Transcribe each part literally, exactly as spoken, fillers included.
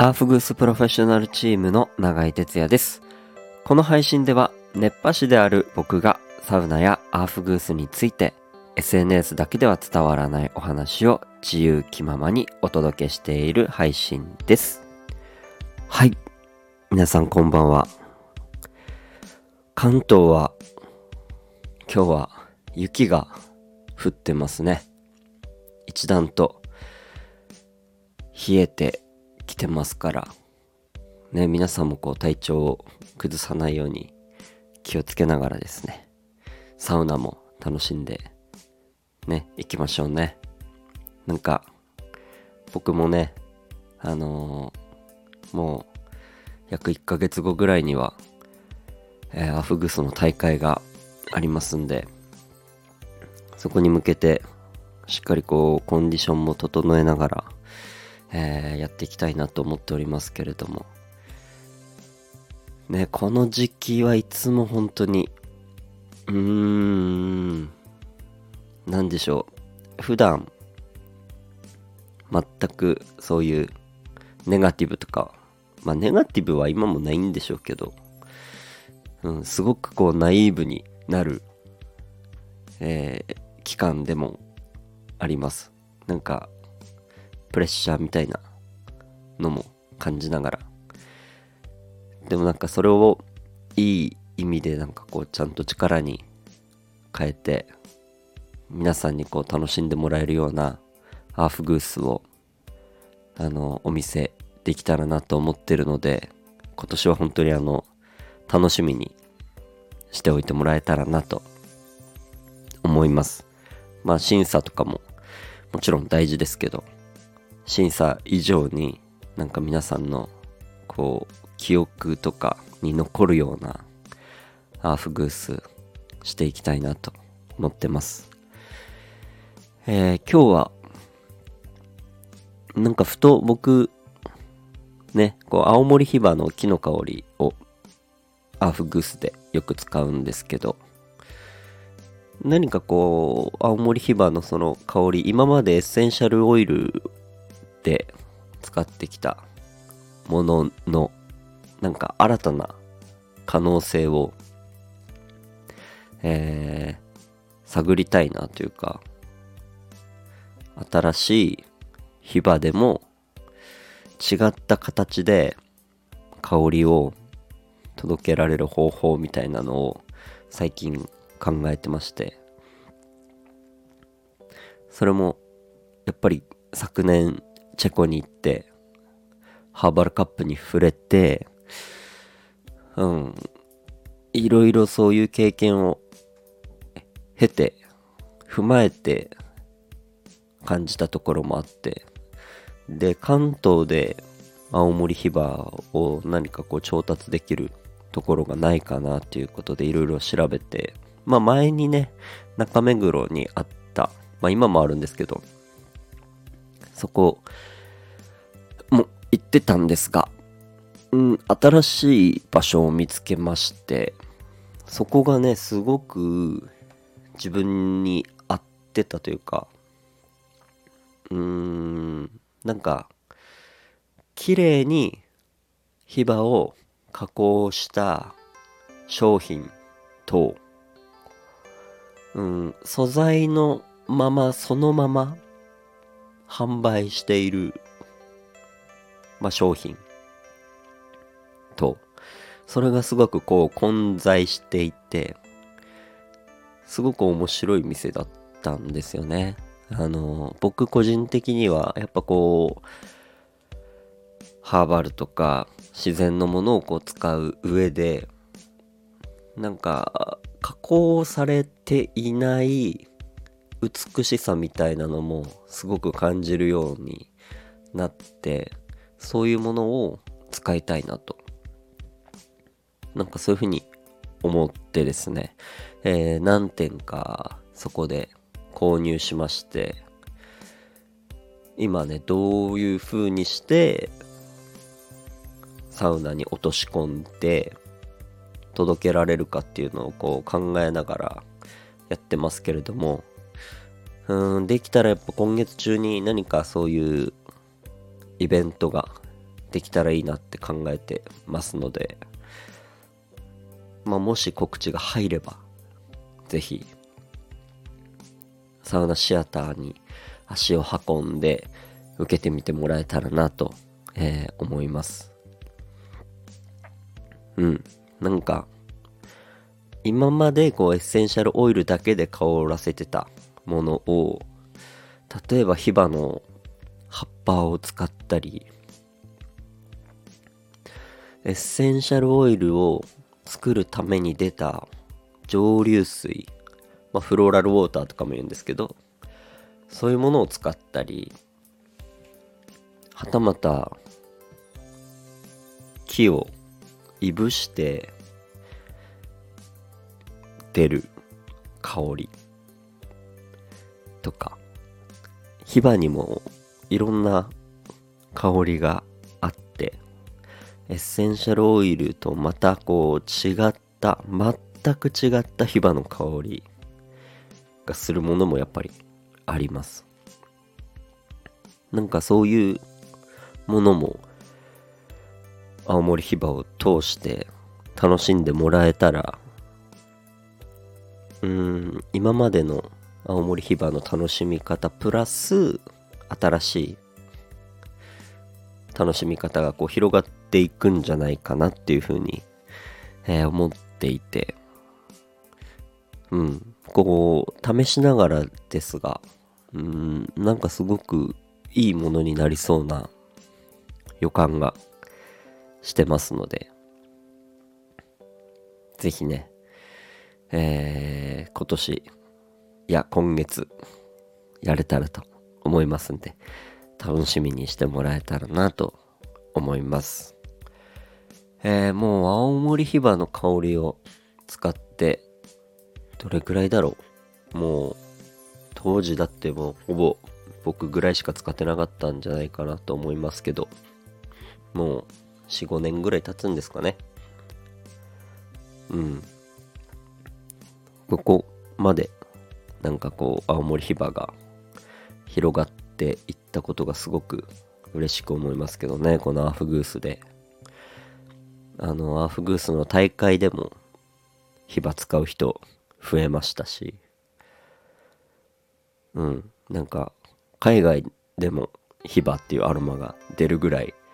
アーフグースプロフェッショナルチームの永井哲也です。この配信では熱波師である僕がサウナやアーフグースについて エスエヌエス だけでは伝わらないお話を自由気ままにお届けしている配信です。はい、皆さんこんばんは。関東は今日は雪が降ってますね。一段と冷えてきてますからね、皆さんもこう体調を崩さないように気をつけながらですね、サウナも楽しんでね行きましょうね。なんか僕もねあのー、もう約いっかげつごぐらいには、えー、アフグスの大会がありますんで、そこに向けてしっかりこうコンディションも整えながら、えー、やっていきたいなと思っておりますけれどもね、この時期はいつも本当にうーんなんでしょう、普段全くそういうネガティブとか、まあネガティブは今もないんでしょうけど、うん、すごくこうナイーブになる、えー、期間でもあります。なんかプレッシャーみたいなのも感じながら、でもなんかそれをいい意味でなんかこうちゃんと力に変えて皆さんにこう楽しんでもらえるようなアーフグースをあのお見せできたらなと思ってるので、今年は本当にあの楽しみにしておいてもらえたらなと思います。まあ審査とかももちろん大事ですけど、審査以上になんか皆さんのこう記憶とかに残るようなアーフグースしていきたいなと思ってます。えー、今日はなんかふと僕ね、こう青森ヒバの木の香りをアーフグースでよく使うんですけど、何かこう青森ヒバのその香り、今までエッセンシャルオイルで使ってきたもののなんか新たな可能性を、えー、探りたいなというか、新しいヒバでも違った形で香りを届けられる方法みたいなのを最近考えてまして、それもやっぱり昨年チェコに行ってハーバルカップに触れて、うんいろいろそういう経験を経て踏まえて感じたところもあって、で関東で青森ヒバを何かこう調達できるところがないかなということでいろいろ調べて、まあ前にね中目黒にあった、まあ今もあるんですけど、そこも行ってたんですが、うん、新しい場所を見つけまして、そこがねすごく自分に合ってたというか、うーんなんか綺麗にヒバを加工した商品と、うん、素材のままそのまま販売している、まあ、商品と、それがすごくこう混在していて、すごく面白い店だったんですよね。あの僕個人的にはやっぱこうハーバルとか自然のものをこう使う上で、なんか加工されていない美しさみたいなのもすごく感じるようになって、そういうものを使いたいなと、なんかそういうふうに思ってですね、えー、何点かそこで購入しまして、今ねどういう風にしてサウナに落とし込んで届けられるかっていうのをこう考えながらやってますけれども、うーんできたらやっぱ今月中に何かそういうイベントができたらいいなって考えてますので、まあもし告知が入ればぜひサウナシアターに足を運んで受けてみてもらえたらなと、えー思います。うんなんか今までこうエッセンシャルオイルだけで香らせてたものを、例えばヒバの葉っぱを使ったり、エッセンシャルオイルを作るために出た蒸留水、まあ、フローラルウォーターとかも言うんですけど、そういうものを使ったり、はたまた木をいぶして出る香りとか、ヒバにもいろんな香りがあって、エッセンシャルオイルとまたこう違った全く違ったヒバの香りがするものもやっぱりあります。なんかそういうものも青森ヒバを通して楽しんでもらえたら、うーん今までの青森ヒバの楽しみ方プラス新しい楽しみ方がこう広がっていくんじゃないかなっていうふうに、えー思っていて、うんこう試しながらですが、うんなんかすごくいいものになりそうな予感がしてますので、ぜひね、えー今年いや今月やれたらと思いますんで、楽しみにしてもらえたらなと思います。えー、もう青森ヒバの香りを使ってどれくらいだろう、もう当時だってもうほぼ僕ぐらいしか使ってなかったんじゃないかなと思いますけど、もう よん,ご 年ぐらい経つんですかね。うんここまでなんかこう青森ヒバが広がっていったことがすごく嬉しく思いますけどね。このアーフグースで、あのアーフグースの大会でもヒバ使う人増えましたし、うんなんか海外でもヒバっていうアロマが出るぐらい、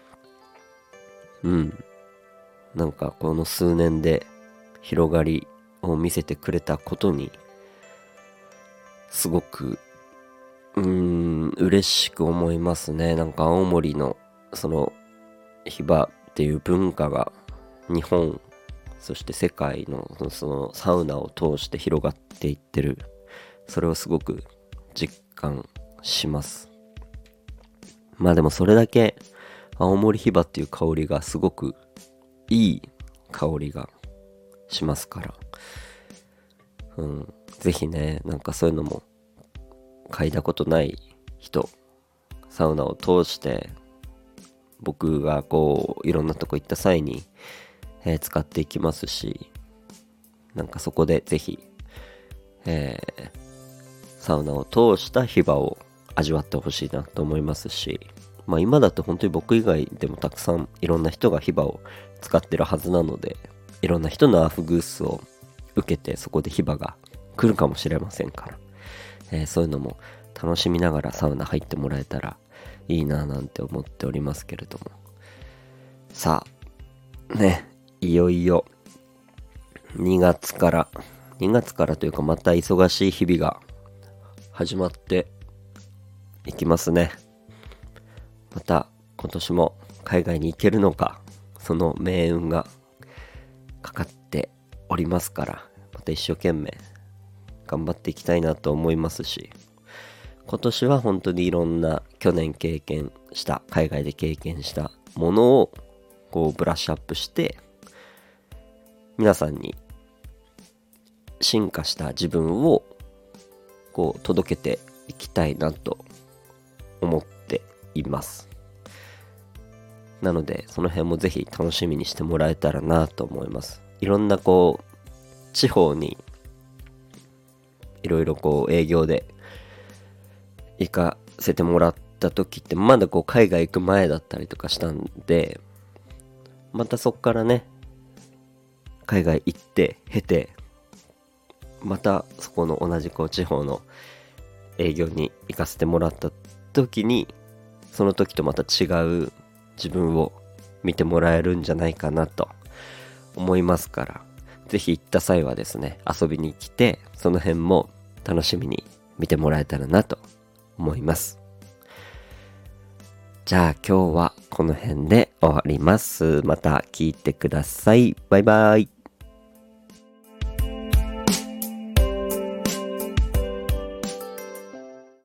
うんなんかこの数年で広がりを見せてくれたことにすごくうーん嬉しく思いますね。なんか青森のそのヒバっていう文化が日本そして世界のそのサウナを通して広がっていってる、それをすごく実感します。まあでもそれだけ青森ヒバっていう香りがすごくいい香りがしますから、うん、ぜひねなんかそういうのも嗅いだことない人、サウナを通して僕がこういろんなとこ行った際に、えー使っていきますし、なんかそこでぜひ、えーサウナを通したヒバを味わってほしいなと思いますし、まあ今だって本当に僕以外でもたくさんいろんな人がヒバを使ってるはずなので、いろんな人のアーフグースを受けてそこでヒバが来るかもしれませんから、えーそういうのも楽しみながらサウナ入ってもらえたらいいななんて思っておりますけれども、さあねいよいよにがつからにがつからというかまた忙しい日々が始まっていきますね。また今年も海外に行けるのか、その命運がかかっておりますから、また一生懸命頑張っていきたいなと思いますし、今年は本当にいろんな去年経験した海外で経験したものをこうブラッシュアップして皆さんに進化した自分をこう届けていきたいなと思っています。なのでその辺もぜひ楽しみにしてもらえたらなと思います。いろんなこう地方にいろいろこう営業で行かせてもらった時ってまだこう海外行く前だったりとかしたんで、またそっからね海外行って経て、またそこの同じこう地方の営業に行かせてもらった時に、その時とまた違う自分を見てもらえるんじゃないかなと思いますから、ぜひ行った際はですね、遊びに来てその辺も楽しみに見てもらえたらなと思います。じゃあ今日はこの辺で終わります。また聞いてください。バイバイ。